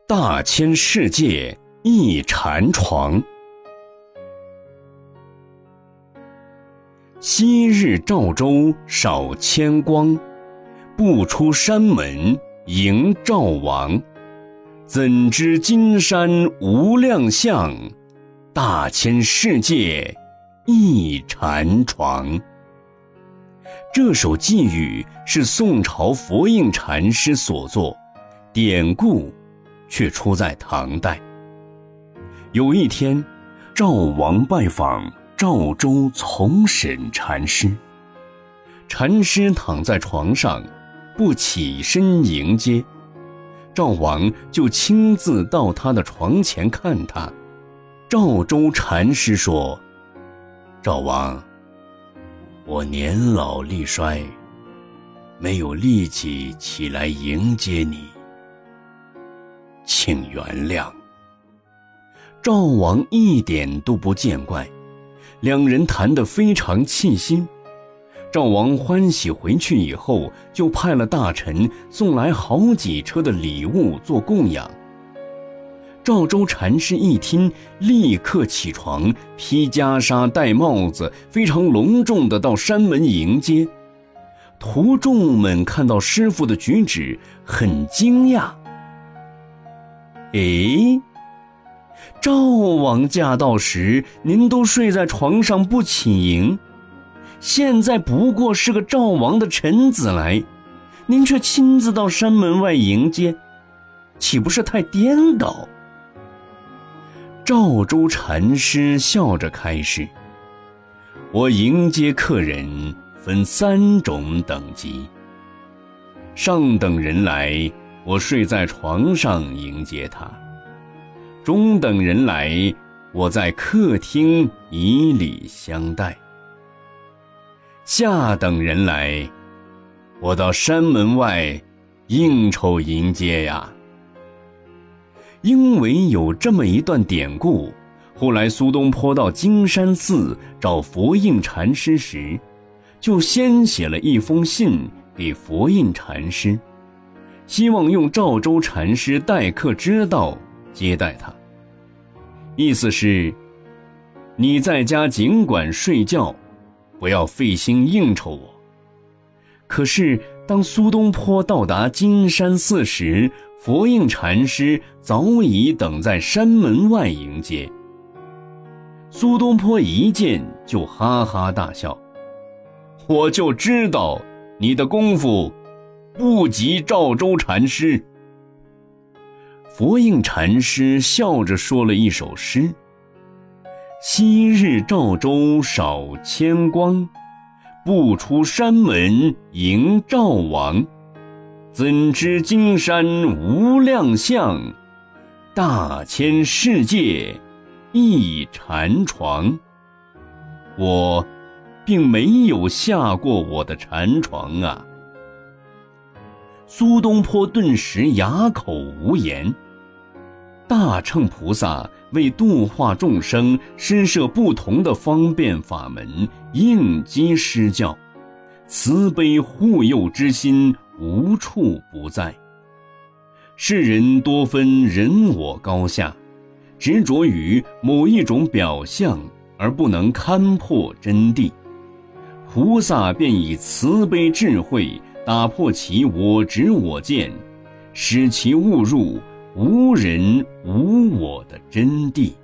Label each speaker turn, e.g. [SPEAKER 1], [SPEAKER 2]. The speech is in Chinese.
[SPEAKER 1] 大千世界一禅床。昔日赵州少千光，不出山门迎赵王。怎知金山无量相，大千世界一禅床。这首寄语是宋朝佛印禅师所作，典故却出在唐代。有一天，赵王拜访赵州从审禅师，禅师躺在床上，不起身迎接，赵王就亲自到他的床前看他。赵州禅师说：“赵王，我年老力衰，没有力气起来迎接你，请原谅。”赵王一点都不见怪，两人谈得非常气心。赵王欢喜回去以后，就派了大臣送来好几车的礼物做供养。赵州禅师一听，立刻起床，披袈裟戴帽子，非常隆重地到山门迎接。徒众们看到师父的举止，很惊讶。诶，赵王驾到时，您都睡在床上不起迎，现在不过是个赵王的臣子来，您却亲自到山门外迎接，岂不是太颠倒？赵州禅师笑着开示：“我迎接客人分3种等级，上等人来，我睡在床上迎接他；中等人来，我在客厅以礼相待；下等人来，我到山门外应酬迎接呀。”因为有这么一段典故，后来苏东坡到金山寺找佛印禅师时，就先写了一封信给佛印禅师，希望用赵州禅师待客之道接待他。意思是，你在家尽管睡觉，不要费心应酬我。可是当苏东坡到达金山寺时，佛印禅师早已等在山门外迎接。苏东坡一见就哈哈大笑：“我就知道你的功夫不及赵州禅师。”佛印禅师笑着说了一首诗：“昔日赵州少千光，不出山门迎赵王。怎知金山无量相，大千世界一禅床。”我并没有下过我的禅床啊。苏东坡顿时哑口无言。大乘菩萨为度化众生，施设不同的方便法门，应机施教，慈悲护佑之心无处不在。世人多分人我高下，执着于某一种表象，而不能勘破真谛。菩萨便以慈悲智慧打破其我执我见，使其悟入无人无我的真谛。